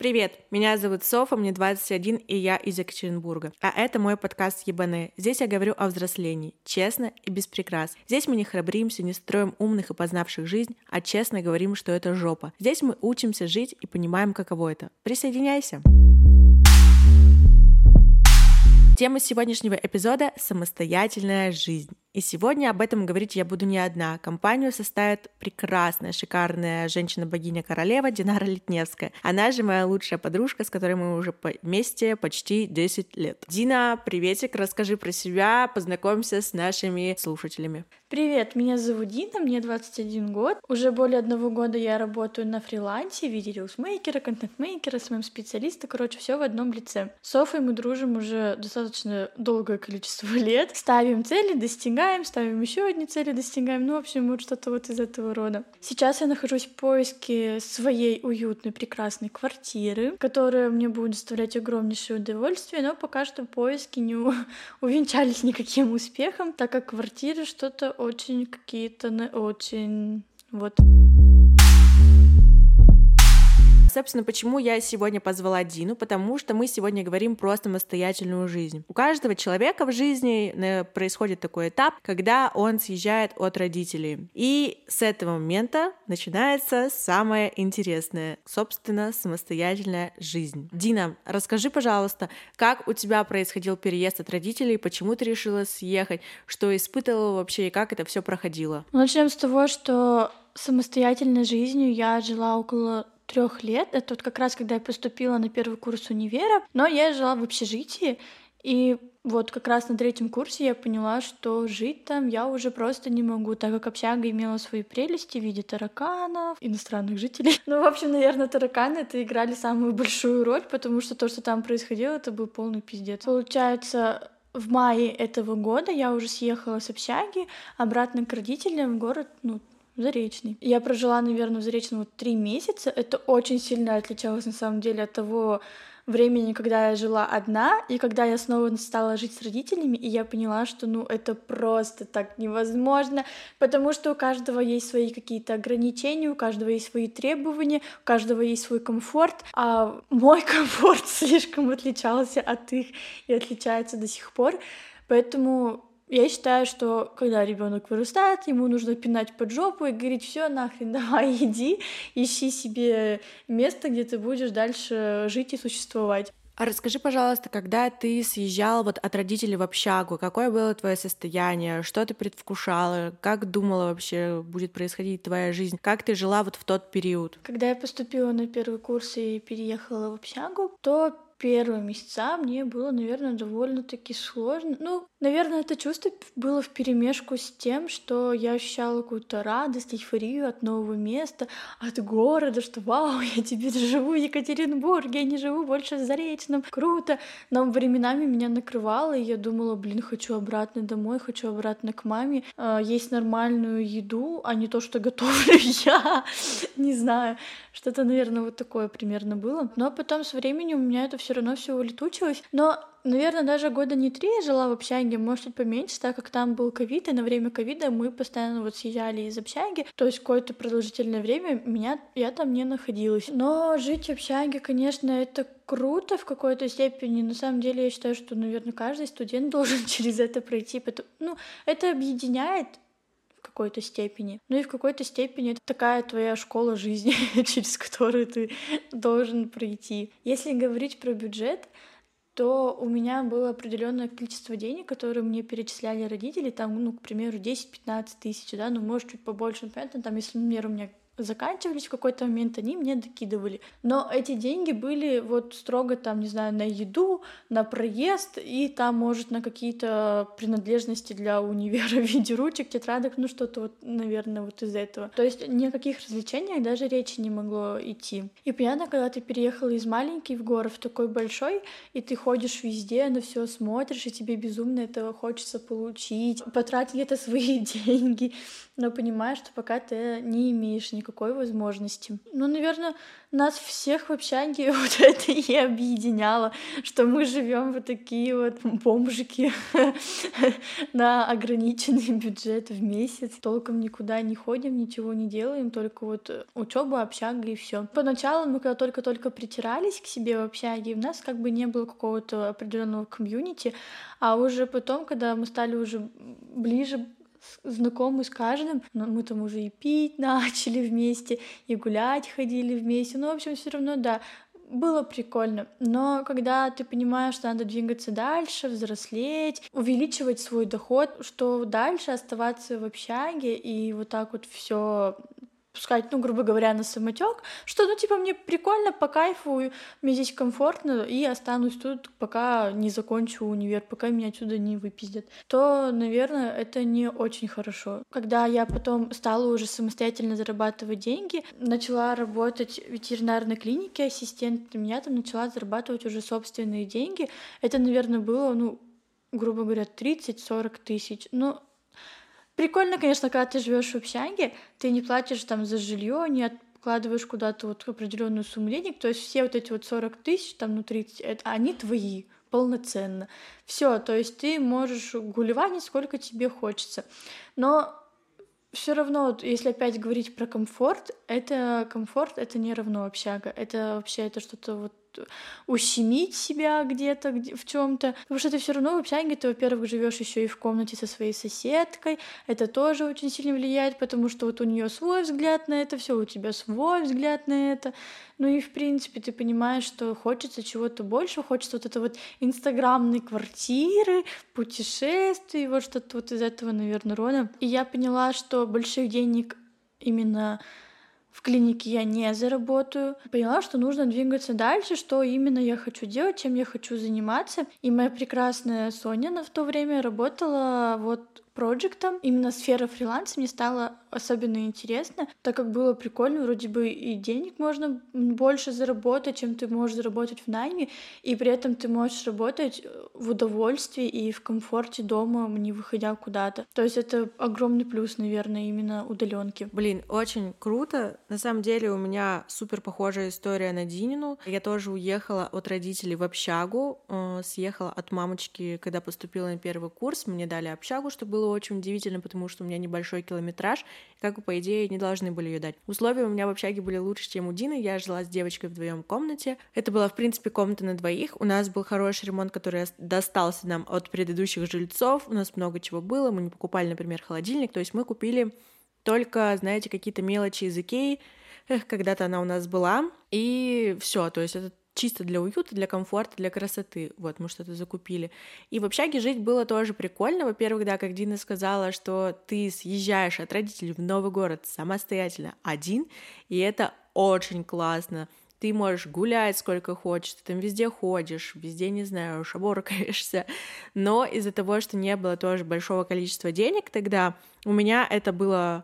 Привет, меня зовут Софа, мне 21, и я из Екатеринбурга. А это мой подкаст «Ебане». Здесь я говорю о взрослении, честно и без прикрас. Здесь мы не храбримся, не строим умных и познавших жизнь, а честно говорим, что это жопа. Здесь мы учимся жить и понимаем, каково это. Присоединяйся! Тема сегодняшнего эпизода — самостоятельная жизнь. И сегодня об этом говорить я буду не одна. Компанию составит прекрасная, шикарная женщина-богиня-королева Динара Литневская. Она же моя лучшая подружка, с которой мы уже вместе почти 10 лет. Дина, приветик, расскажи про себя, познакомься с нашими слушателями. Привет, меня зовут Дина, мне 21 год. Уже более 1 года я работаю на фрилансе в виде рилсмейкера, контент-мейкера, СММ-специалиста, короче, все в одном лице. С Софой мы дружим уже достаточно долгое количество лет. Ставим цели, достигаем, ставим еще одни цели, достигаем. Ну, в общем, вот что-то вот из этого рода. Сейчас я нахожусь в поиске своей уютной, прекрасной квартиры, которая мне будет доставлять огромнейшее удовольствие, но пока что поиски не увенчались никаким успехом, так как квартиры что-то очень какие-то очень... Вот. Собственно, почему я сегодня позвала Дину? Потому что мы сегодня говорим про самостоятельную жизнь. У каждого человека в жизни происходит такой этап, когда он съезжает от родителей. И с этого момента начинается самое интересное, собственно, самостоятельная жизнь. Дина, расскажи, пожалуйста, как у тебя происходил переезд от родителей, почему ты решила съехать, что испытывала вообще и как это все проходило? Начнем с того, что самостоятельной жизнью я жила около 3 лет. Это вот как раз когда я поступила на 1 курс универа, но я жила в общежитии, и вот как раз на 3 курсе я поняла, что жить там я уже просто не могу, так как общага имела свои прелести в виде тараканов, иностранных жителей. Ну, в общем, наверное, тараканы это играли самую большую роль, потому что то, что там происходило, это был полный пиздец. Получается, в мае этого года я уже съехала с общаги обратно к родителям в город, Заречный. Я прожила, наверное, в Заречном 3 месяца. Это очень сильно отличалось, на самом деле, от того времени, когда я жила одна, и когда я снова стала жить с родителями, и я поняла, что, это просто так невозможно, потому что у каждого есть свои какие-то ограничения, у каждого есть свои требования, у каждого есть свой комфорт, а мой комфорт слишком отличался от их и отличается до сих пор, поэтому... Я считаю, что когда ребенок вырастает, ему нужно пинать под жопу и говорить: все, нахрен, давай иди, ищи себе место, где ты будешь дальше жить и существовать. А расскажи, пожалуйста, когда ты съезжала от родителей в общагу, какое было твое состояние, что ты предвкушала, как думала вообще будет происходить твоя жизнь, как ты жила в тот период? Когда я поступила на 1 курс и переехала в общагу, то первые месяца мне было, наверное, довольно-таки сложно. Наверное, это чувство было вперемешку с тем, что я ощущала какую-то радость, эйфорию от нового места, от города, что вау, я теперь живу в Екатеринбурге, я не живу больше в Заречном, круто. Но временами меня накрывало, и я думала: хочу обратно домой, хочу обратно к маме, есть нормальную еду, а не то, что готовлю я. Не знаю, что-то, наверное, вот такое примерно было. Но потом со временем у меня это все равно все улетучилось. Но, наверное, даже года не 3 я жила в общаге, может, чуть поменьше, так как там был ковид, и на время ковида мы постоянно съезжали из общаги, то есть какое-то продолжительное время я там не находилась. Но жить в общаге, конечно, это круто в какой-то степени. На самом деле, я считаю, что, наверное, каждый студент должен через это пройти. Это объединяет в какой-то степени. И в какой-то степени это такая твоя школа жизни, через которую ты должен пройти. Если говорить про бюджет, то у меня было определенное количество денег, которые мне перечисляли родители, там, к примеру, 10-15 тысяч, да, может, чуть побольше, понятно, там, если, например, у меня заканчивались в какой-то момент, они мне докидывали. Но эти деньги были строго там, не знаю, на еду, на проезд и там, может, на какие-то принадлежности для универа в виде ручек, тетрадок, что-то наверное, из этого. То есть ни о каких развлечениях даже речи не могло идти. И понятно, когда ты переехала из маленький в город в такой большой, и ты ходишь везде, на все смотришь, и тебе безумно этого хочется получить, потратить где-то свои деньги, но понимаешь, что пока ты не имеешь никакого никакой возможности. Ну, наверное, нас всех в общаге вот это и объединяло, что мы живем вот такие вот бомжики на ограниченный бюджет в месяц, толком никуда не ходим, ничего не делаем, только вот учеба, общага и все. Поначалу мы когда только-только притирались к себе в общаге, у нас как бы не было какого-то определенного комьюнити, а уже потом, когда мы стали уже ближе знакомы с каждым, но мы там уже и пить начали вместе, и гулять ходили вместе, ну, в общем, все равно, да, было прикольно. Но когда ты понимаешь, что надо двигаться дальше, взрослеть, увеличивать свой доход, что дальше оставаться в общаге и вот так вот все пускать, ну, грубо говоря, на самотек, что, ну, типа, мне прикольно, по кайфу, мне здесь комфортно, и останусь тут, пока не закончу универ, пока меня отсюда не выпиздят, то, наверное, это не очень хорошо. Когда я потом стала уже самостоятельно зарабатывать деньги, начала работать в ветеринарной клинике ассистентом, я там начала зарабатывать уже собственные деньги. Это, наверное, было, ну, грубо говоря, 30-40 тысяч. Ну, прикольно, конечно, когда ты живешь в общаге, ты не платишь там за жилье, не откладываешь куда-то вот определенную сумму денег, то есть все вот эти вот 40 тысяч, там, ну, 30, это, они твои полноценно. Все, то есть ты можешь гулевать сколько тебе хочется. Но все равно, вот, если опять говорить про комфорт, это не равно общага. Это вообще это что-то вот ущемить себя где-то в чем-то, потому что ты все равно в общаге, ты, во-первых, живешь еще и в комнате со своей соседкой, это тоже очень сильно влияет, потому что вот у нее свой взгляд на это все, у тебя свой взгляд на это, ну и в принципе ты понимаешь, что хочется чего-то больше, хочется вот это вот инстаграмной квартиры, путешествий, вот что-то вот из этого, наверное, рода. И я поняла, что больших денег именно в клинике я не заработаю. Поняла, что нужно двигаться дальше, что именно я хочу делать, чем я хочу заниматься. И моя прекрасная Соня в то время работала вот проектом. Именно сфера фриланса мне стала особенно интересна, так как было прикольно, вроде бы и денег можно больше заработать, чем ты можешь заработать в найме, и при этом ты можешь работать в удовольствии и в комфорте дома, не выходя куда-то. То есть это огромный плюс, наверное, именно удаленки. Блин, очень круто. На самом деле у меня супер похожая история на Динину. Я тоже уехала от родителей в общагу, съехала от мамочки, когда поступила на первый курс. Мне дали общагу, что было очень удивительно, потому что у меня небольшой километраж, как бы, по идее, не должны были ее дать. Условия у меня в общаге были лучше, чем у Дины. Я жила с девочкой вдвоем в комнате. Это была, в принципе, комната на двоих. У нас был хороший ремонт, который достался нам от предыдущих жильцов. У нас много чего было. Мы не покупали, например, холодильник. То есть мы купили только, знаете, какие-то мелочи из Икеи. Когда-то она у нас была. И все. То есть это чисто для уюта, для комфорта, для красоты. Вот, мы что-то закупили. И в общаге жить было тоже прикольно. Во-первых, да, как Дина сказала, что ты съезжаешь от родителей в новый город самостоятельно один, и это очень классно. Ты можешь гулять сколько хочешь, ты там везде ходишь, везде, не знаю, шаборкаешься. Но из-за того, что не было тоже большого количества денег тогда, у меня это было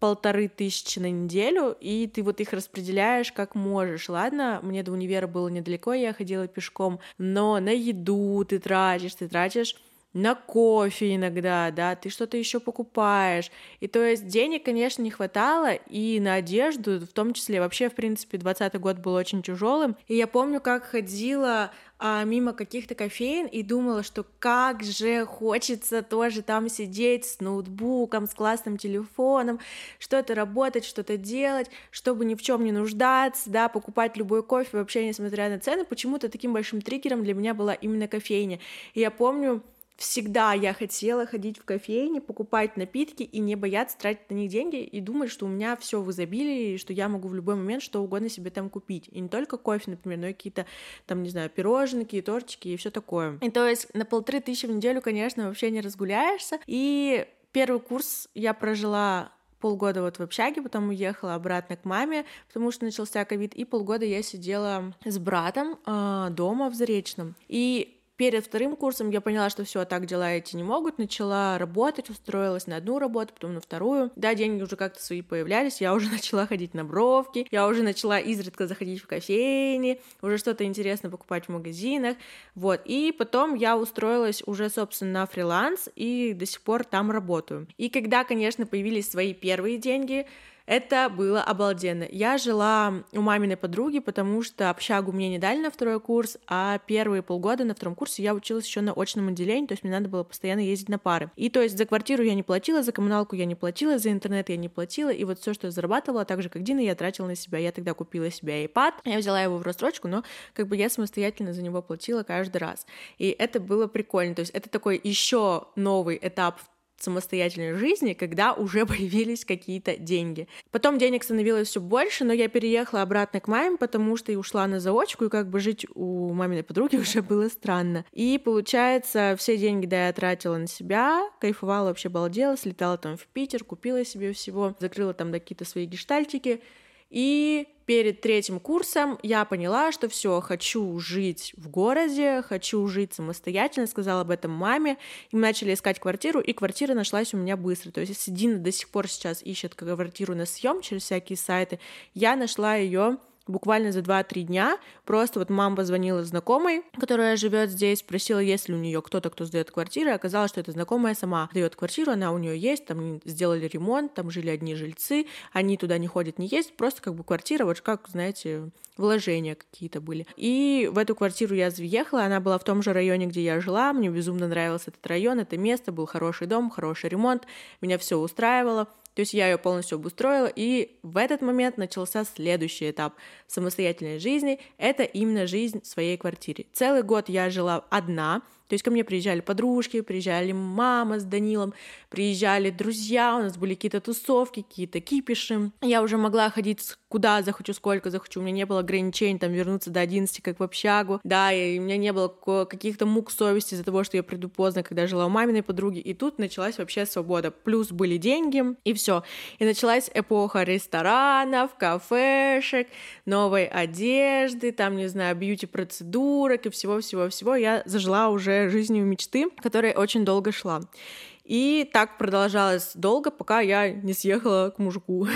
1500 на неделю, и ты вот их распределяешь как можешь. Ладно, мне до универа было недалеко, я ходила пешком, но на еду ты тратишь на кофе иногда, да, ты что-то еще покупаешь. И то есть денег, конечно, не хватало, и на одежду, в том числе, вообще, в принципе, 2020 год был очень тяжелым. И я помню, как ходила мимо каких-то кофеен и думала, что как же хочется тоже там сидеть с ноутбуком, с классным телефоном, что-то работать, что-то делать, чтобы ни в чем не нуждаться, да, покупать любой кофе, вообще несмотря на цены. Почему-то таким большим триггером для меня была именно кофейня. И я помню, всегда я хотела ходить в кофейни, покупать напитки и не бояться тратить на них деньги и думать, что у меня все в изобилии, и что я могу в любой момент что угодно себе там купить. И не только кофе, например, но и какие-то там, не знаю, пироженки, тортики и все такое. И то есть на 1500 в неделю, конечно, вообще не разгуляешься. И первый курс я прожила полгода вот в общаге, потом уехала обратно к маме, потому что начался ковид, и полгода я сидела с братом дома в Заречном. И перед вторым курсом я поняла, что все, так дела идти не могут, начала работать, устроилась на одну работу, потом на вторую. Да, деньги уже как-то свои появлялись, я уже начала ходить на бровки, я уже начала изредка заходить в кофейни, уже что-то интересное покупать в магазинах, вот. И потом я устроилась уже, собственно, на фриланс и до сих пор там работаю. И когда, конечно, появились свои первые деньги, Это было обалденно. Я жила у маминой подруги, потому что общагу мне не дали на второй курс, а первые полгода на втором курсе я училась еще на очном отделении, то есть мне надо было постоянно ездить на пары. И то есть за квартиру я не платила, за коммуналку я не платила, за интернет я не платила, и вот все, что я зарабатывала, так же как Дина, я тратила на себя. Я тогда купила себе iPad, я взяла его в рассрочку, но как бы я самостоятельно за него платила каждый раз. И это было прикольно. То есть это такой еще новый этап самостоятельной жизни, когда уже появились какие-то деньги. Потом денег становилось все больше, но я переехала обратно к маме, потому что и ушла на заочку, и как бы жить у маминой подруги уже было странно. И получается, все деньги, да, я тратила на себя, кайфовала, вообще балдела, слетала там в Питер, купила себе всего, закрыла там какие-то свои гештальтики. И перед третьим курсом я поняла, что все, хочу жить в городе, хочу жить самостоятельно, сказала об этом маме, и мы начали искать квартиру, и квартира нашлась у меня быстро. То есть если Дина до сих пор сейчас ищет квартиру на съем через всякие сайты, я нашла ее буквально за 2-3 дня. Просто вот мама позвонила знакомой, которая живет здесь, спросила, есть ли у нее кто-то, кто сдает квартиру, и оказалось, что эта знакомая сама дает квартиру, она у нее есть, там сделали ремонт, там жили одни жильцы, они туда не ходят, не ездят, просто как бы квартира, вот как, знаете, вложения какие-то были. И в эту квартиру я въехала, она была в том же районе, где я жила, мне безумно нравился этот район, это место, был хороший дом, хороший ремонт, меня все устраивало. То есть я ее полностью обустроила, и в этот момент начался следующий этап самостоятельной жизни. Это именно жизнь в своей квартире. Целый год я жила одна, то есть ко мне приезжали подружки, приезжали мама с Данилом, приезжали друзья, у нас были какие-то тусовки, какие-то кипиши. Я уже могла ходить куда захочу, сколько захочу, у меня не было ограничений там вернуться до 11, как в общагу, да, и у меня не было каких-то мук совести из-за того, что я приду поздно, когда жила у маминой подруги, и тут началась вообще свобода, плюс были деньги, и все. И началась эпоха ресторанов, кафешек, новой одежды, там, не знаю, бьюти-процедурок и всего-всего-всего. Я зажила уже жизнью мечты, которая очень долго шла. И так продолжалось долго, пока я не съехала к мужику.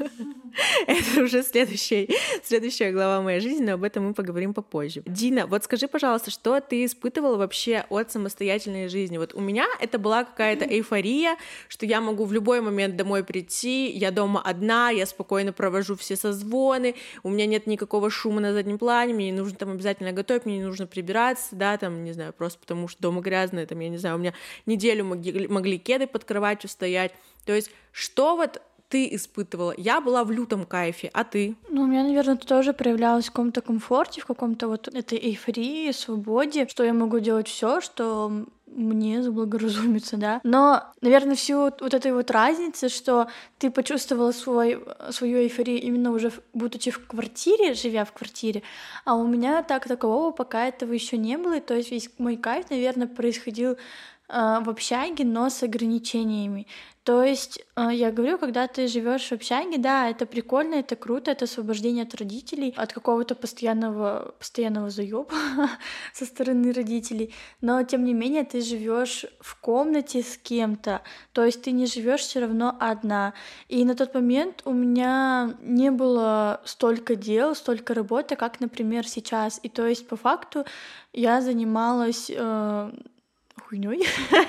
Это уже следующая глава моей жизни, но об этом мы поговорим попозже. Дина, вот скажи, пожалуйста, что ты испытывала вообще от самостоятельной жизни? Вот у меня это была какая-то эйфория, что я могу в любой момент домой прийти, я дома одна, я спокойно провожу все созвоны, у меня нет никакого шума на заднем плане, мне не нужно там обязательно готовить, мне не нужно прибираться, да, там, не знаю, просто потому что дома грязно, там, я не знаю, у меня неделю могли кеды под кроватью стоять. То есть что вот ты испытывала? Я была в лютом кайфе, а ты? Ну, у меня, наверное, это тоже проявлялось в каком-то комфорте, в каком-то вот этой эйфории, свободе, что я могу делать все, что мне заблагоразумится, да. Но, наверное, всю вот этой вот разницы, что ты почувствовала свою эйфорию именно уже будучи в квартире, живя в квартире, а у меня такового пока этого еще не было, и то есть весь мой кайф, наверное, происходил в общаге, но с ограничениями. То есть, я говорю, когда ты живешь в общаге, да, это прикольно, это круто, это освобождение от родителей, от какого-то постоянного заёба со стороны родителей, но тем не менее ты живешь в комнате с кем-то, то есть ты не живешь все равно одна. И на тот момент у меня не было столько дел, столько работы, как, например, сейчас. И то есть по факту я занималась хуйнёй.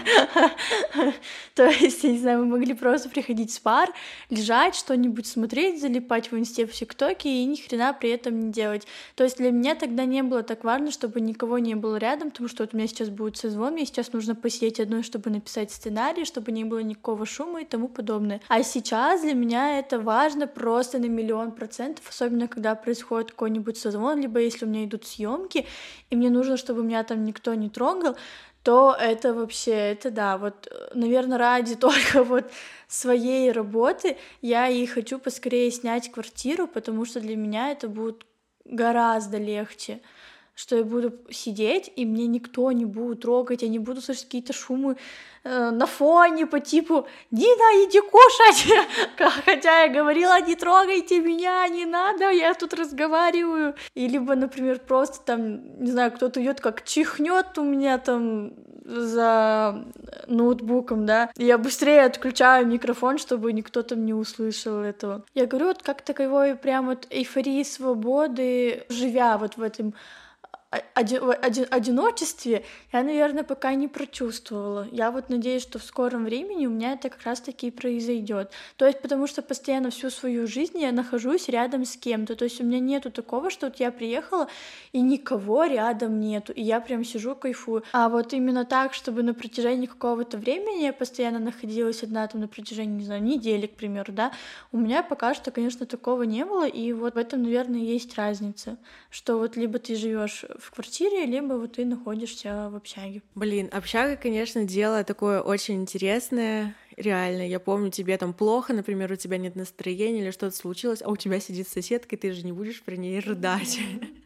То есть, я не знаю, мы могли просто приходить с пар, лежать, что-нибудь смотреть, залипать в инсте, в ТикТоке и ни хрена при этом не делать. То есть для меня тогда не было так важно, чтобы никого не было рядом, потому что вот у меня сейчас будет созвон, мне сейчас нужно посидеть одной, чтобы написать сценарий, чтобы не было никакого шума и тому подобное. А сейчас для меня это важно просто на 1000000%, особенно когда происходит какой-нибудь созвон, либо если у меня идут съемки, и мне нужно, чтобы меня там никто не трогал, то это вообще, это да, вот, наверное, ради только вот своей работы я и хочу поскорее снять квартиру, потому что для меня это будет гораздо легче, что я буду сидеть, и мне никто не будет трогать, я не буду слышать какие-то шумы на фоне по типу «Дина, иди кушать!» Хотя я говорила «Не трогайте меня, не надо, я тут разговариваю». И либо, например, просто там, не знаю, кто-то идет как чихнет у меня там за ноутбуком, да, и я быстрее отключаю микрофон, чтобы никто там не услышал этого. Я говорю, вот как таковой прям вот эйфории свободы, живя вот в этом одиночестве я, наверное, пока не прочувствовала. Я вот надеюсь, что в скором времени у меня это как раз-таки и произойдет. То есть потому что постоянно всю свою жизнь я нахожусь рядом с кем-то. То есть у меня нету такого, что вот я приехала и никого рядом нету, и я прям сижу, кайфую. А вот именно так, чтобы на протяжении какого-то времени я постоянно находилась одна там на протяжении, не знаю, недели, к примеру, да, у меня пока что, конечно, такого не было, и вот в этом, наверное, есть разница, что вот либо ты живешь в квартире, либо вот ты находишься в общаге. Блин, общага, конечно, дело такое очень интересное. Реально, я помню, тебе там плохо, например, у тебя нет настроения или что-то случилось, а у тебя сидит соседка, и ты же не будешь про ней рыдать.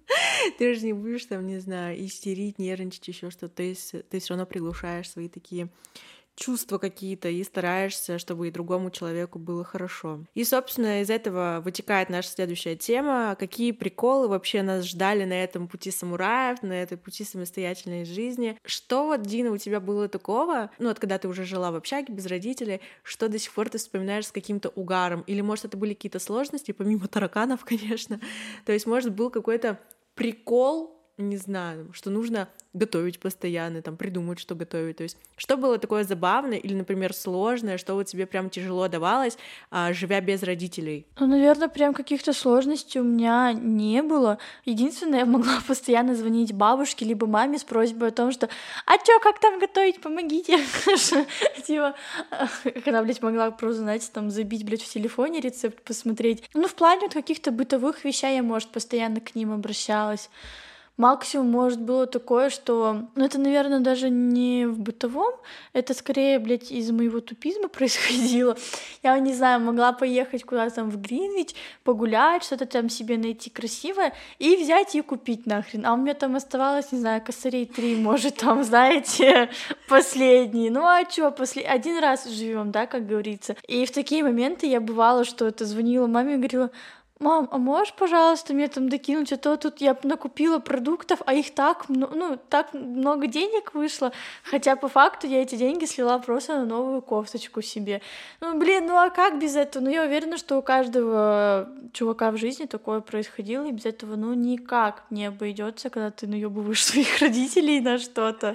Ты же не будешь там, не знаю, истерить, нервничать, еще что-то. То есть ты все равно приглушаешь свои такие чувства какие-то и стараешься, чтобы и другому человеку было хорошо. И, собственно, из этого вытекает наша следующая тема. Какие приколы вообще нас ждали на этом пути самураев, на этой пути самостоятельной жизни? Что вот, Дина, у тебя было такого, ну вот когда ты уже жила в общаге без родителей, что до сих пор ты вспоминаешь с каким-то угаром? Или, может, это были какие-то сложности, помимо тараканов, конечно? То есть, может, был какой-то прикол, не знаю, что нужно готовить постоянно, там, придумать, что готовить. То есть, что было такое забавное или, например, сложное, что вот тебе прям тяжело давалось, живя без родителей? Ну, наверное, прям каких-то сложностей у меня не было. Единственное, я могла постоянно звонить бабушке либо маме с просьбой о том, что «А чё, как там готовить? Помогите!» Типа, когда, блядь, могла просто, знаете, там забить, блядь, в телефоне рецепт посмотреть. Ну, в плане вот каких-то бытовых вещей я, может, постоянно к ним обращалась. Максимум, может, было такое, что... Ну, это, наверное, даже не в бытовом, это скорее, блядь, из моего тупизма происходило. Я, не знаю, могла поехать куда-то там в Гринвич, погулять, что-то там себе найти красивое и взять и купить нахрен. А у меня там оставалось, не знаю, косарей 3, может, там, знаете, последние. Ну, а чё, один раз живем, да, как говорится. И в такие моменты я бывала, что это звонила маме и говорила: «Мам, а можешь, пожалуйста, мне там докинуть, а то тут я накупила продуктов, а их так много денег вышло, хотя по факту я эти деньги слила просто на новую кофточку себе». Ну, блин, ну а как без этого? Ну, я уверена, что у каждого чувака в жизни такое происходило, и без этого, ну, никак не обойдется, когда ты наебываешь своих родителей на что-то.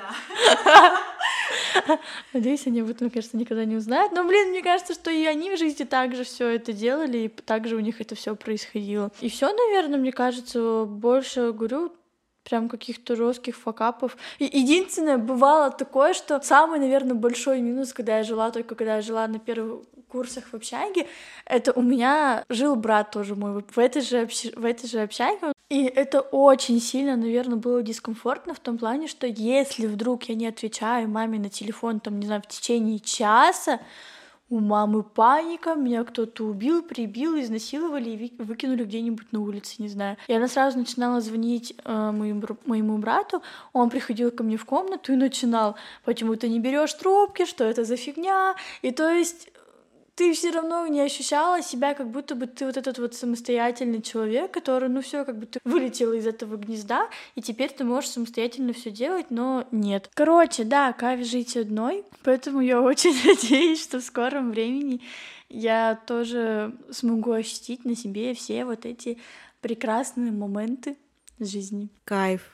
Да. Надеюсь, они об этом, конечно, никогда не узнают. Но, блин, мне кажется, что и они в жизни также все это делали, и также у них это все происходило. И все, наверное, мне кажется, больше, говорю, прям каких-то жестких факапов. И единственное, бывало такое, что самый, наверное, большой минус, когда я жила на первых курсах в общаге, это у меня жил брат тоже мой в этой же общаге. И это очень сильно, наверное, было дискомфортно в том плане, что если вдруг я не отвечаю маме на телефон, там, не знаю, в течение часа, у мамы паника, меня кто-то убил, прибил, изнасиловали и выкинули где-нибудь на улице, не знаю. И она сразу начинала звонить моему брату, он приходил ко мне в комнату и начинал: «Почему ты не берешь трубки, что это за фигня?» И то есть ты все равно не ощущала себя, как будто бы ты вот этот вот самостоятельный человек, который, ну все, как бы ты вылетела из этого гнезда, и теперь ты можешь самостоятельно все делать, но нет. Короче, да, кайф жить одной, поэтому я очень надеюсь, что в скором времени я тоже смогу ощутить на себе все вот эти прекрасные моменты жизни. Кайф.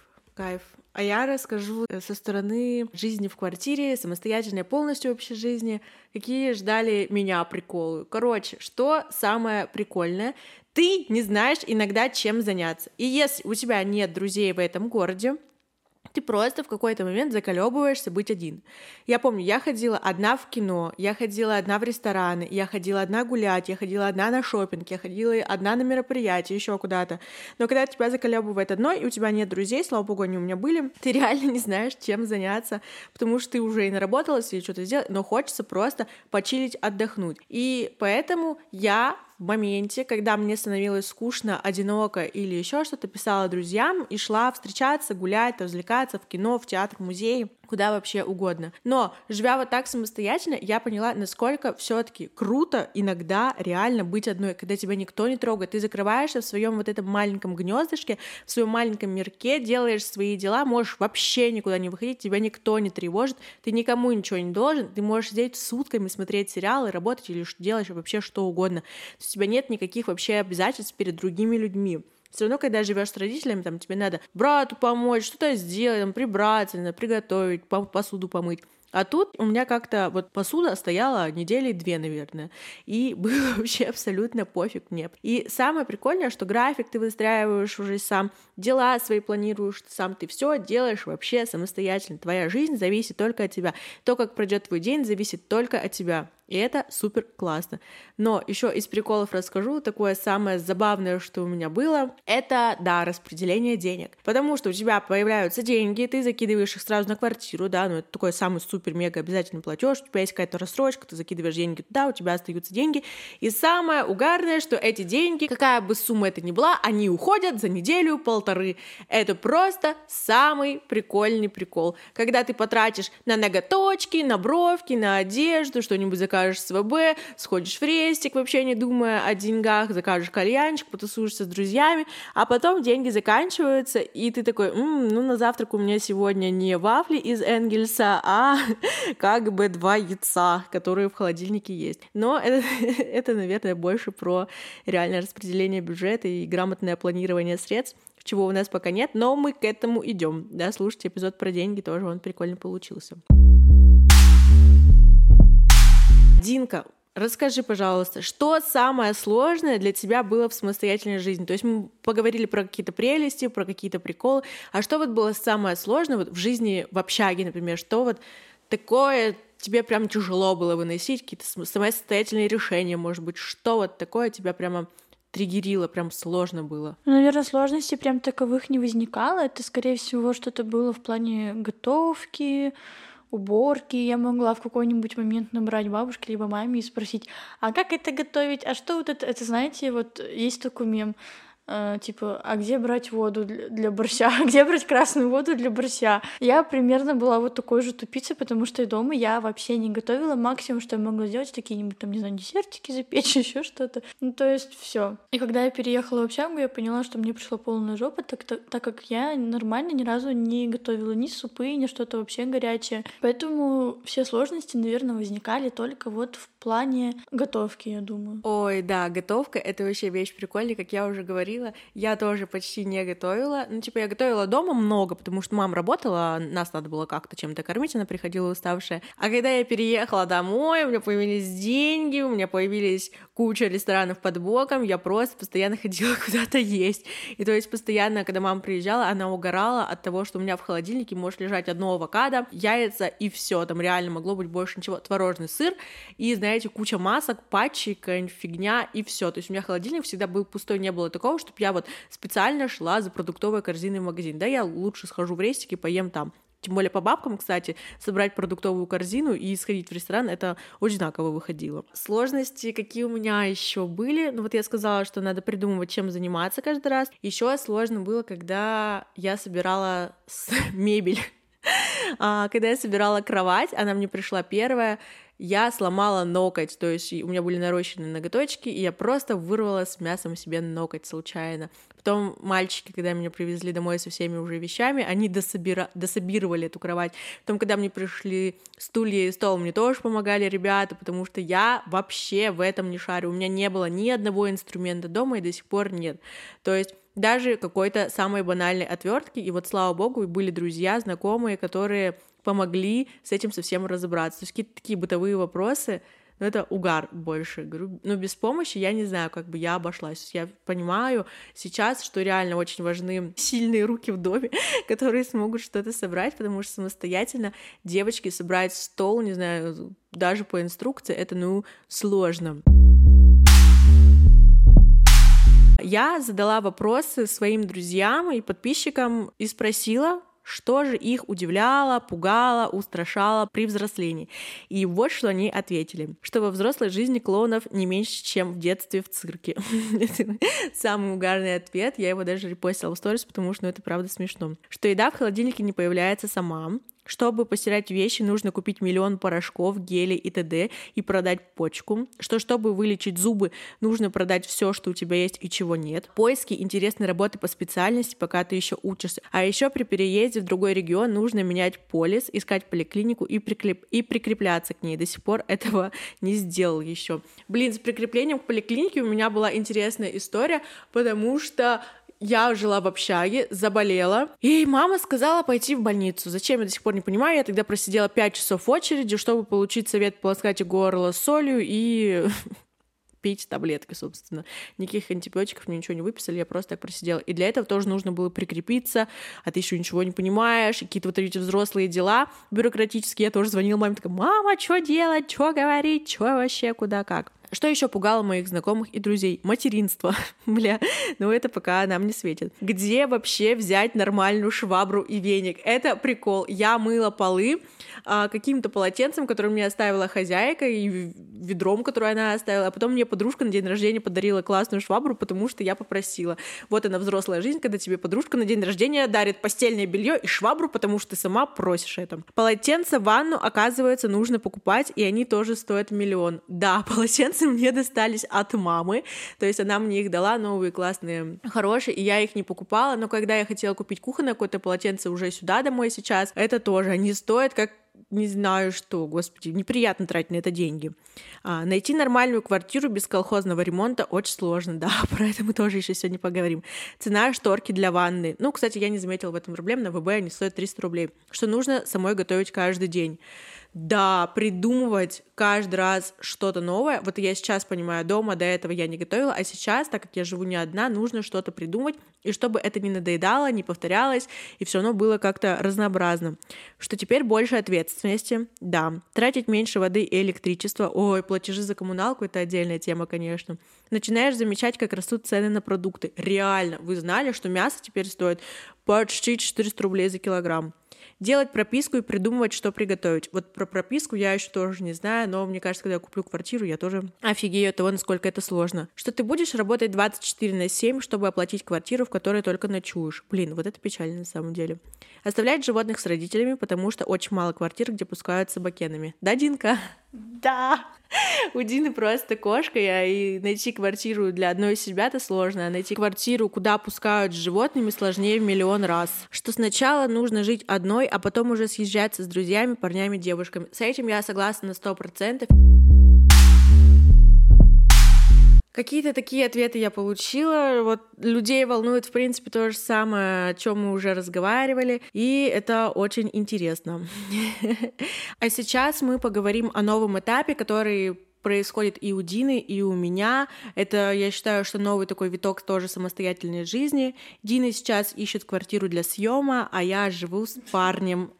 А я расскажу со стороны жизни в квартире, самостоятельной полностью общей жизни, какие ждали меня приколы. Короче, что самое прикольное? Ты не знаешь иногда, чем заняться. И если у тебя нет друзей в этом городе, ты просто в какой-то момент заколебываешься быть один. Я помню, я ходила одна в кино, я ходила одна в рестораны, я ходила одна гулять, я ходила одна на шопинг, я ходила одна на мероприятия, еще куда-то. Но когда тебя заколебывает одной, и у тебя нет друзей, слава богу, они у меня были, ты реально не знаешь, чем заняться, потому что ты уже и наработалась, или что-то сделать, но хочется просто почилить, отдохнуть. И поэтому я в моменте, когда мне становилось скучно, одиноко или еще что-то, писала друзьям и шла встречаться, гулять, развлекаться в кино, в театр, в музей, куда вообще угодно. Но, живя вот так самостоятельно, я поняла, насколько все-таки круто иногда реально быть одной, когда тебя никто не трогает. Ты закрываешься в своем вот этом маленьком гнездышке, в своем маленьком мирке, делаешь свои дела, можешь вообще никуда не выходить, тебя никто не тревожит, ты никому ничего не должен, ты можешь сидеть сутками, смотреть сериалы, работать или делать вообще что угодно. То есть у тебя нет никаких вообще обязательств перед другими людьми. Все равно, когда живешь с родителями, там тебе надо брату помочь, что-то сделать, там, прибраться, приготовить, посуду помыть. А тут у меня как-то вот посуда стояла недели 2, наверное, и было вообще абсолютно пофиг мне. И самое прикольное, что график ты выстраиваешь уже сам, дела свои планируешь сам, ты все делаешь вообще самостоятельно. Твоя жизнь зависит только от тебя. То, как пройдет твой день, зависит только от тебя. И это супер классно. Но еще из приколов расскажу, такое самое забавное, что у меня было, это, да, распределение денег. Потому что у тебя появляются деньги, ты закидываешь их сразу на квартиру, да, ну это такой самый супер-мега обязательный платеж, у тебя есть какая-то рассрочка, ты закидываешь деньги туда, у тебя остаются деньги. И самое угарное, что эти деньги, какая бы сумма это ни была, они уходят за неделю-полторы. Это просто самый прикольный прикол. Когда ты потратишь на ноготочки, на бровки, на одежду, что-нибудь закажешь с ВБ, сходишь в рестик, вообще не думая о деньгах, закажешь кальянчик, потусуешься с друзьями, а потом деньги заканчиваются, и ты такой, ну на завтрак у меня сегодня не вафли из Энгельса, а как бы 2 яйца, которые в холодильнике есть. Но это, наверное, больше про реальное распределение бюджета и грамотное планирование средств, чего у нас пока нет, но мы к этому идем. Да, слушайте эпизод про деньги, тоже он прикольно получился. Динка, расскажи, пожалуйста, что самое сложное для тебя было в самостоятельной жизни? То есть мы поговорили про какие-то прелести, про какие-то приколы, а что вот было самое сложное вот в жизни в общаге, например, что вот такое тебе прям тяжело было выносить, какие-то самостоятельные решения, может быть, что вот такое тебя прямо триггерило, прям сложно было? Наверное, сложностей прям таковых не возникало. Это, скорее всего, что-то было в плане готовки, уборки. Я могла в какой-нибудь момент набрать бабушке либо маме и спросить, а как это готовить, а что вот это знаете, вот есть такой мем, типа, а где брать воду для борща, а где брать красную воду для борща. Я примерно была вот такой же тупицей, потому что и дома я вообще не готовила. Максимум, что я могла сделать, какие-нибудь там, не знаю, десертики запечь, еще что-то. Ну, то есть все. И когда я переехала в общагу, я поняла, что мне пришла полная жопа, так как я нормально ни разу не готовила ни супы, ни что-то вообще горячее. Поэтому все сложности, наверное, возникали только вот в плане готовки, я думаю. Ой, да, готовка — это вообще вещь прикольная, как я уже говорила. Я тоже почти не готовила. Ну, типа, я готовила дома много, потому что мама работала, нас надо было как-то чем-то кормить, она приходила уставшая. А когда я переехала домой, у меня появились деньги, у меня появились куча ресторанов под боком, я просто постоянно ходила куда-то есть. И то есть постоянно, когда мама приезжала, она угорала от того, что у меня в холодильнике может лежать одно авокадо, яйца и все. Там реально могло быть больше ничего. Творожный сыр и, знаете, куча масок, патчи, какая-нибудь фигня и все. То есть у меня холодильник всегда был пустой, не было такого, чтобы я вот специально шла за продуктовой корзиной в магазин. Да, я лучше схожу в рестик и поем там. Тем более по бабкам, кстати, собрать продуктовую корзину и сходить в ресторан, это очень знаково выходило. Сложности, какие у меня еще были, ну вот я сказала, что надо придумывать, чем заниматься каждый раз. Еще сложно было, когда я собирала мебель. Когда я собирала кровать, она мне пришла первая, я сломала ноготь, то есть у меня были нарощены ноготочки, и я просто вырвала с мясом себе ноготь случайно. Потом мальчики, когда меня привезли домой со всеми уже вещами, они дособировали эту кровать. Потом, когда мне пришли стулья и стол, мне тоже помогали ребята, потому что я вообще в этом не шарю. У меня не было ни одного инструмента дома, и до сих пор нет. То есть даже какой-то самой банальной отвертки, и вот, слава богу, были друзья, знакомые, которые помогли с этим совсем разобраться. То есть какие-то такие бытовые вопросы, но это угар больше. Говорю, но без помощи я не знаю, как бы я обошлась. Я понимаю сейчас, что реально очень важны сильные руки в доме, которые смогут что-то собрать, потому что самостоятельно девочки собрать стол, не знаю, даже по инструкции, это, сложно. Я задала вопросы своим друзьям и подписчикам и спросила, что же их удивляло, пугало, устрашало при взрослении. И вот что они ответили. Что во взрослой жизни клоунов не меньше, чем в детстве в цирке. Это самый угарный ответ. Я его даже репостила в сторис, потому что это правда смешно. Что еда в холодильнике не появляется сама. Чтобы постирать вещи, нужно купить 1 миллион порошков, гелей и т.д. и продать почку. Что чтобы вылечить зубы, нужно продать все, что у тебя есть и чего нет. Поиски интересной работы по специальности, пока ты еще учишься. А еще при переезде в другой регион нужно менять полис, искать поликлинику и прикрепляться к ней. До сих пор этого не сделал еще. С прикреплением к поликлинике у меня была интересная история, потому что Я жила в общаге, заболела, и мама сказала пойти в больницу. Зачем, я до сих пор не понимаю. Я тогда просидела 5 часов в очереди, чтобы получить совет полоскать горло солью и пить таблетки, собственно. Никаких антибиотиков, мне ничего не выписали, я просто так просидела. И для этого тоже нужно было прикрепиться, а ты еще ничего не понимаешь, какие-то вот эти взрослые дела бюрократические. Я тоже звонила маме, такая: мама, что делать, что говорить, что вообще, куда, как. Что еще пугало моих знакомых и друзей? Материнство. Бля, ну это пока нам не светит. Где вообще взять нормальную швабру и веник? Это прикол. Я мыла полы каким-то полотенцем, которое мне оставила хозяйка, и ведром, которое она оставила. А потом мне подружка на день рождения подарила классную швабру, потому что я попросила. Вот она, взрослая жизнь, когда тебе подружка на день рождения дарит постельное белье и швабру, потому что ты сама просишь это. Полотенце в ванну, оказывается, нужно покупать, и они тоже стоят 1 000 000. Да, полотенце мне достались от мамы, то есть она мне их дала, новые, классные, хорошие, и я их не покупала, но когда я хотела купить кухонное какое-то полотенце уже сюда домой сейчас, это тоже, они стоят как не знаю что, господи, неприятно тратить на это деньги. Найти нормальную квартиру без колхозного ремонта очень сложно, да, про это мы тоже еще сегодня поговорим. Цена шторки для ванны. Ну, кстати, я не заметила в этом проблем, на ВБ они стоят 300 рублей, что нужно самой готовить каждый день. Да, придумывать каждый раз что-то новое. Вот я сейчас понимаю, дома до этого я не готовила, а сейчас, так как я живу не одна, нужно что-то придумать, и чтобы это не надоедало, не повторялось, и все равно было как-то разнообразно. Что теперь больше ответственности, да. Тратить меньше воды и электричества. Ой, платежи за коммуналку — это отдельная тема, конечно. Начинаешь замечать, как растут цены на продукты. Реально, вы знали, что мясо теперь стоит почти 400 рублей за килограмм? Делать прописку и придумывать, что приготовить. Вот про прописку я еще тоже не знаю, но мне кажется, когда я куплю квартиру, я тоже офигею от того, насколько это сложно. Что ты будешь работать 24/7, чтобы оплатить квартиру, в которой только ночуешь. Блин, вот это печально на самом деле. Оставлять животных с родителями, потому что очень мало квартир, где пускают собакенами. Да, Динка? Да! У Дины просто кошка, и найти квартиру для одной из себя-то сложно, а найти квартиру, куда пускают с животными, сложнее в 1 000 000 раз. Что сначала нужно жить одной, а потом уже съезжаться с друзьями, парнями, девушками. С этим я согласна на 100%. Какие-то такие ответы я получила. Вот людей волнует, в принципе, то же самое, о чем мы уже разговаривали, и это очень интересно. А сейчас мы поговорим о новом этапе, который происходит и у Дины, и у меня. Это, я считаю, что новый такой виток тоже самостоятельной жизни. Дина сейчас ищет квартиру для съема, а я живу с парнем.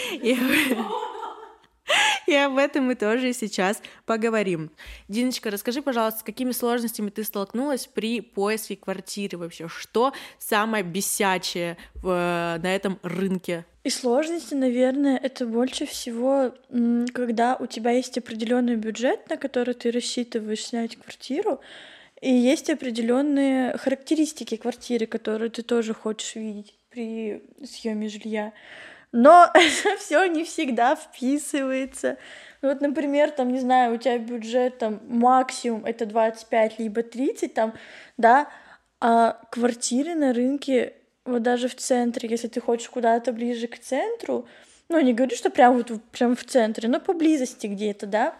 И об этом мы тоже сейчас поговорим. Диночка, расскажи, пожалуйста, с какими сложностями ты столкнулась при поиске квартиры вообще? Что самое бесячее на этом рынке? И сложности, наверное, это больше всего, когда у тебя есть определенный бюджет, на который ты рассчитываешь снять квартиру, и есть определенные характеристики квартиры, которые ты тоже хочешь видеть при съеме жилья. Но это все не всегда вписывается. Вот, например, там, не знаю, у тебя бюджет там максимум это 25 либо 30, там, да, а квартиры на рынке, вот даже в центре, если ты хочешь куда-то ближе к центру, ну, не говорю, что прям вот прям в центре, но поблизости где-то, да,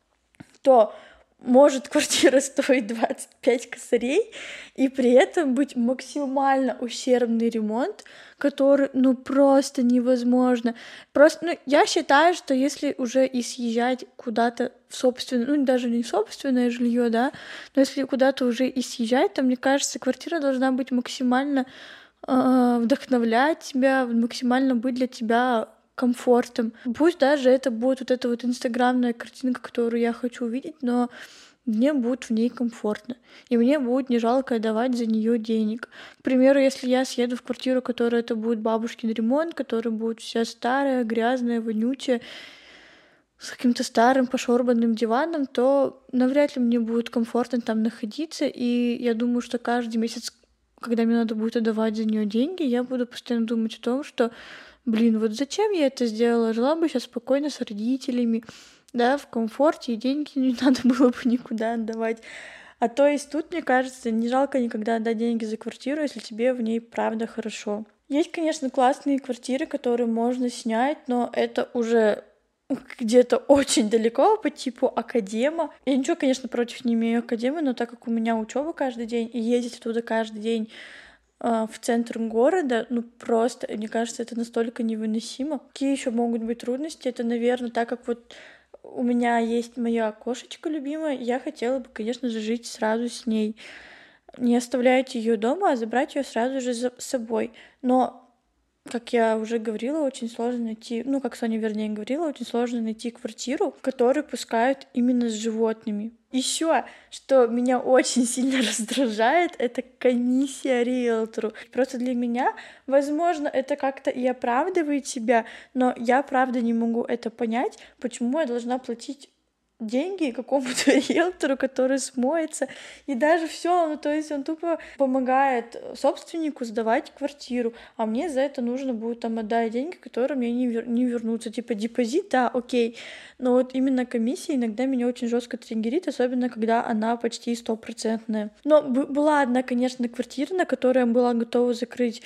то может квартира стоить 25 косарей и при этом быть максимально ущербный ремонт, который, ну, просто невозможно. Просто, ну, я считаю, что если уже и съезжать куда-то в собственное, ну, даже не в собственное жилье, да, но если куда-то уже и съезжать, то, мне кажется, квартира должна быть максимально вдохновлять тебя, максимально быть для тебя комфортом. Пусть даже это будет вот эта вот инстаграмная картинка, которую я хочу увидеть, но мне будет в ней комфортно. И мне будет не жалко давать за нее денег. К примеру, если я съеду в квартиру, которая это будет бабушкин ремонт, которая будет вся старая, грязная, вонючая, с каким-то старым пошорбанным диваном, то навряд ли мне будет комфортно там находиться. И я думаю, что каждый месяц, когда мне надо будет отдавать за нее деньги, я буду постоянно думать о том, что блин, вот зачем я это сделала? Жила бы сейчас спокойно с родителями, да, в комфорте, и деньги не надо было бы никуда отдавать. А то есть тут, мне кажется, не жалко никогда отдать деньги за квартиру, если тебе в ней правда хорошо. Есть, конечно, классные квартиры, которые можно снять, но это уже где-то очень далеко по типу академа. Я ничего, конечно, против не имею академы, но так как у меня учеба каждый день, и ездить оттуда каждый день в центр города, ну просто, мне кажется, это настолько невыносимо. Какие еще могут быть трудности? Это, наверное, так как вот у меня есть моя кошечка любимая, я хотела бы, конечно же, жить сразу с ней. Не оставлять ее дома, а забрать ее сразу же с собой. Но как я уже говорила, очень сложно найти, ну, как Соня, вернее, говорила, очень сложно найти квартиру, которую пускают именно с животными. Еще, что меня очень сильно раздражает, это комиссия риэлтору. Просто для меня, возможно, это как-то и оправдывает себя, но я правда не могу это понять, почему я должна платить деньги какому-то риэлтору, который смоется, и даже все, ну то есть он тупо помогает собственнику сдавать квартиру, а мне за это нужно будет там отдать деньги, которые мне не вернутся, типа депозит, да, окей, но вот именно комиссия иногда меня очень жестко триггерит, особенно когда она почти 100%. Но была одна, конечно, квартира, на которой я была готова закрыть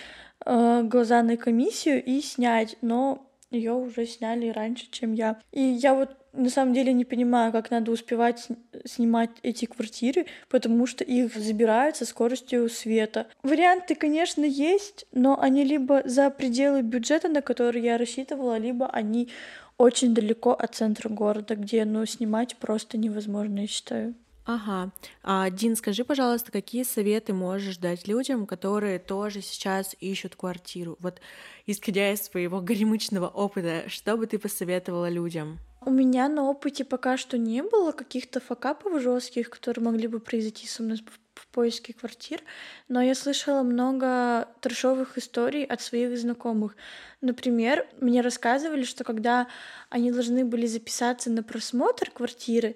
глаза на комиссию и снять, но ее уже сняли раньше, чем я. И я вот на самом деле не понимаю, как надо успевать снимать эти квартиры, потому что их забирают со скоростью света. Варианты, конечно, есть, но они либо за пределы бюджета, на который я рассчитывала, либо они очень далеко от центра города, где, ну, снимать просто невозможно, я считаю. Ага. Дин, скажи, пожалуйста, какие советы можешь дать людям, которые тоже сейчас ищут квартиру? Вот, исходя из своего горемычного опыта, что бы ты посоветовала людям? У меня на опыте пока что не было каких-то факапов жестких, которые могли бы произойти со мной в поиске квартир, но я слышала много трешовых историй от своих знакомых. Например, мне рассказывали, что когда они должны были записаться на просмотр квартиры,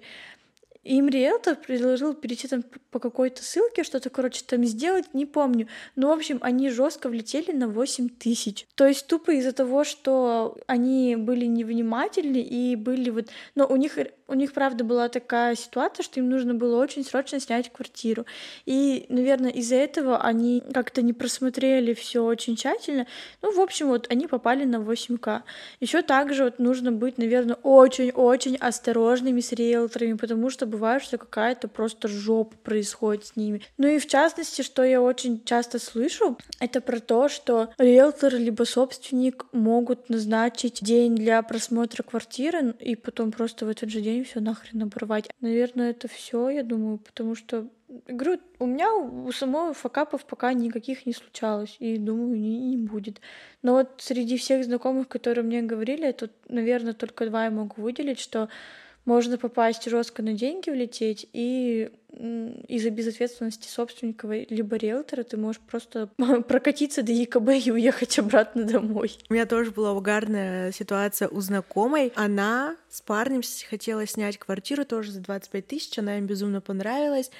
им риэлтор предложил перейти там по какой-то ссылке, что-то, короче, там сделать, не помню. Но, в общем, они жестко влетели на 8 000. То есть тупо из-за того, что они были невнимательны и были вот... Но у них, правда, была такая ситуация, что им нужно было очень срочно снять квартиру. И, наверное, из-за этого они как-то не просмотрели все очень тщательно. Ну, в общем, вот они попали на 8К. Еще также вот нужно быть, наверное, очень-очень осторожными с риэлторами, потому что бывает, что какая-то просто жопа происходит с ними. Ну и в частности, что я очень часто слышу, это про то, что риэлтор либо собственник могут назначить день для просмотра квартиры и потом просто в этот же день все нахрен оборвать. Наверное, это все, я думаю, потому что говорю, у меня у самой факапов пока никаких не случалось, и думаю, не будет. Но вот среди всех знакомых, которые мне говорили, тут, наверное, только два я могу выделить, что можно попасть жестко на деньги влететь, и из-за безответственности собственника либо риэлтора ты можешь просто прокатиться до ЕКБ и уехать обратно домой. У меня тоже была угарная ситуация у знакомой. Она с парнем хотела снять квартиру тоже за 25 000, она им безумно понравилась.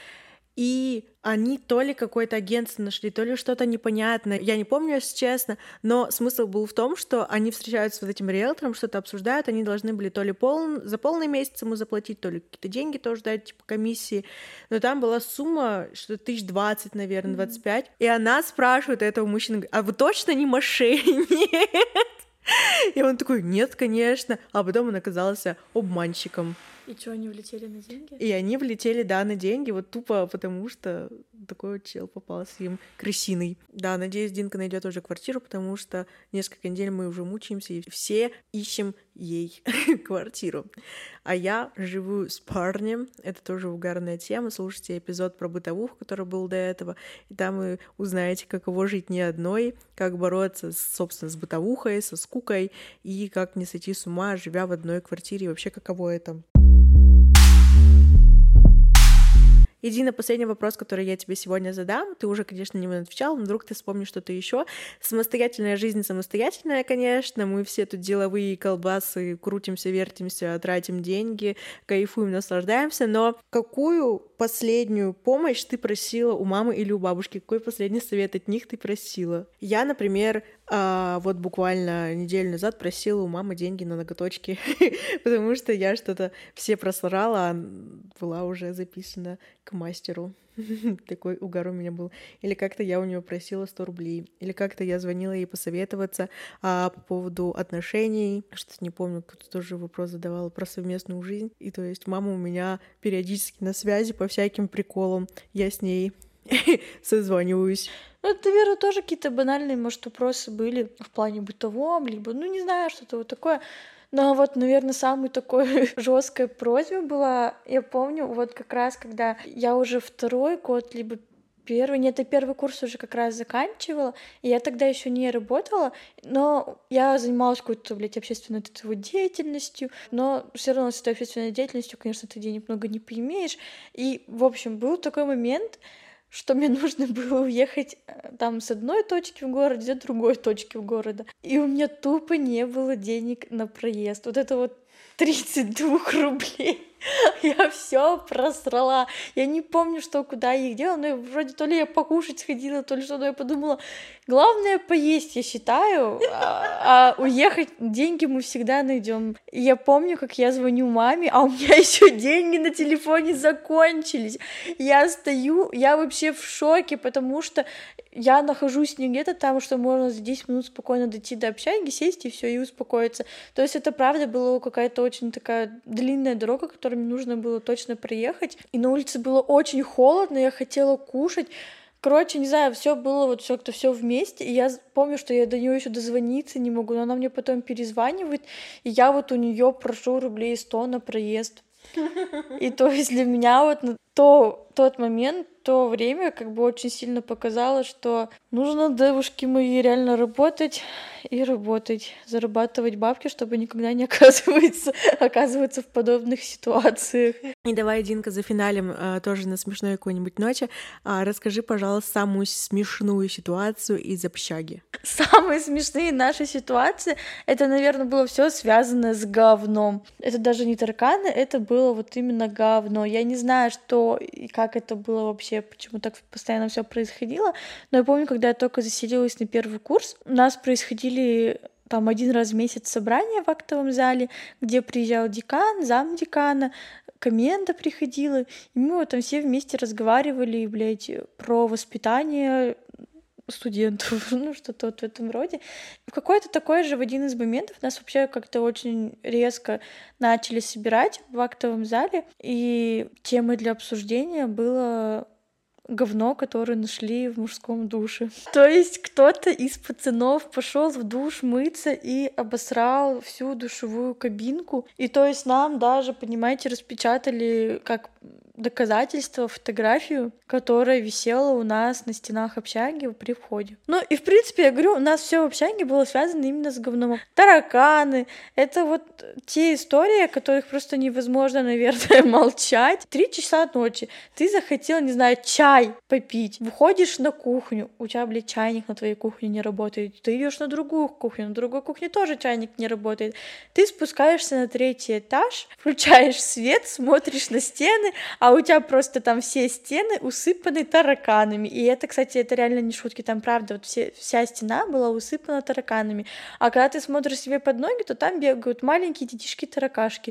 И они то ли какое-то агентство нашли, то ли что-то непонятное. Я не помню, если честно, но смысл был в том, что они встречаются с вот этим риэлтором, что-то обсуждают, они должны были то ли за полный месяц ему заплатить, то ли какие-то деньги тоже дать, типа комиссии. Но там была сумма, что 20, наверное, 25. И она спрашивает этого мужчину, а вы точно не мошенник? И он такой, нет, конечно. А потом он оказался обманщиком. И что, они влетели на деньги? И они влетели, да, на деньги, вот тупо потому, что такой вот чел попался им крысиной. Да, надеюсь, Динка найдет уже квартиру, потому что несколько недель мы уже мучаемся, и все ищем ей квартиру. А я живу с парнем, это тоже угарная тема, слушайте эпизод про бытовуху, который был до этого, и там вы узнаете, каково жить не одной, как бороться, собственно, с бытовухой, со скукой, и как не сойти с ума, живя в одной квартире, и вообще каково это. И, Дина, последний вопрос, который я тебе сегодня задам. Ты уже, конечно, не отвечал, но вдруг ты вспомнишь что-то еще. Самостоятельная жизнь самостоятельная, конечно. Мы все тут деловые колбасы, крутимся, вертимся, тратим деньги, кайфуем, наслаждаемся. Но какую последнюю помощь ты просила у мамы или у бабушки? Какой последний совет от них ты просила? Я, например, вот буквально неделю назад просила у мамы деньги на ноготочки, потому что я что-то все просрала, а была уже записана к мастеру. Такой угар у меня был. Или как-то я у нее просила 100 рублей. Или как-то я звонила ей посоветоваться по поводу отношений. Что-то не помню, кто-то тоже вопрос задавал про совместную жизнь. И то есть мама у меня периодически на связи по всяким приколам. Я с ней созваниваюсь. Ну, это, наверное, тоже какие-то банальные, может, вопросы были в плане бытовом, либо, ну, не знаю, что-то вот такое. Но вот, наверное, самой такой жесткой просьбой была, я помню, вот как раз, когда я уже второй год, либо первый, нет, я первый курс уже как раз заканчивала, и я тогда еще не работала, но я занималась какой-то, блядь, общественной деятельностью, но все равно с этой общественной деятельностью, конечно, ты денег много не поимеешь. И, в общем, был такой момент, что мне нужно было уехать там с одной точки в городе до другой точки в города. И у меня тупо не было денег на проезд. Вот это вот 32 рублей. Я все просрала. Я не помню, что куда я их делала, но вроде то ли я покушать сходила, то ли что-то. Я подумала, главное поесть, я считаю, а уехать деньги мы всегда найдем. И я помню, как я звоню маме, а у меня еще деньги на телефоне закончились. Я стою, я вообще в шоке, потому что я нахожусь не где-то там, что можно за 10 минут спокойно дойти до общаги, сесть и все и успокоиться. То есть это правда была какая-то очень такая длинная дорога, которую мне нужно было точно проехать. И на улице было очень холодно, я хотела кушать. Короче, не знаю, все было вот все вместе, и я помню, что я до нее еще дозвониться не могу, но она мне потом перезванивает, и я вот у нее прошу рублей 100 на проезд. И то есть для меня вот тот момент, то время как бы очень сильно показало, что нужно, девушки мои, реально работать и работать, зарабатывать бабки, чтобы никогда не оказываться в подобных ситуациях. И давай, Динка, за финалем тоже на смешной какой-нибудь ноте. Расскажи, пожалуйста, самую смешную ситуацию из общаги. Самые смешные наши ситуации, это, наверное, было все связано с говном. Это даже не тараканы, это было вот именно говно. Я не знаю, что и как это было вообще, почему так постоянно все происходило, но я помню, когда я только заселилась на первый курс, у нас происходили там один раз в месяц собрания в актовом зале, где приезжал декан, замдекана, коменда приходила, и мы вот там все вместе разговаривали, блядь, про воспитание студентов, ну, что-то вот в этом роде. В какой-то такой же в один из моментов нас вообще как-то очень резко начали собирать в актовом зале, и темой для обсуждения было говно, которое нашли в мужском душе. То есть кто-то из пацанов пошел в душ мыться и обосрал всю душевую кабинку. И то есть нам даже, понимаете, распечатали как доказательство фотографию, которая висела у нас на стенах общаги при входе. Ну и в принципе, я говорю, у нас все в общаге было связано именно с говном. Тараканы, это вот те истории, о которых просто невозможно, наверное, молчать. 3 часа ночи, ты захотел, не знаю, чай попить, выходишь на кухню, у тебя, блядь, чайник на твоей кухне не работает, ты идешь на другую кухню, на другой кухне тоже чайник не работает, ты спускаешься на 3-й этаж, включаешь свет, смотришь на стены, а у тебя просто там все стены усыпаны тараканами. И это, кстати, это реально не шутки, там правда, вот вся стена была усыпана тараканами. А когда ты смотришь себе под ноги, то там бегают маленькие детишки-таракашки.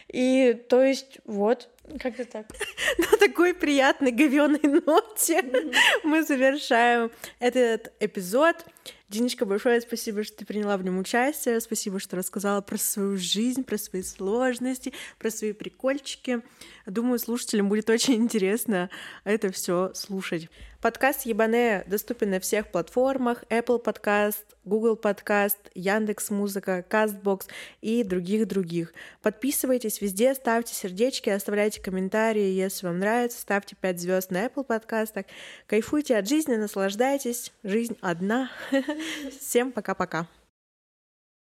И то есть вот, как-то так. На такой приятной говёной ноте мы завершаем этот эпизод. Диночка, большое спасибо, что ты приняла в нем участие. Спасибо, что рассказала про свою жизнь, про свои сложности, про свои прикольчики. Думаю, слушателям будет очень интересно это все слушать. Подкаст Ебане доступен на всех платформах: Apple Podcast, Google Podcast, Яндекс.Музыка, Castbox и других. Подписывайтесь везде, ставьте сердечки, оставляйте комментарии, если вам нравится, ставьте 5 звезд на Apple подкастах. Кайфуйте от жизни, наслаждайтесь. Жизнь одна. Всем пока-пока.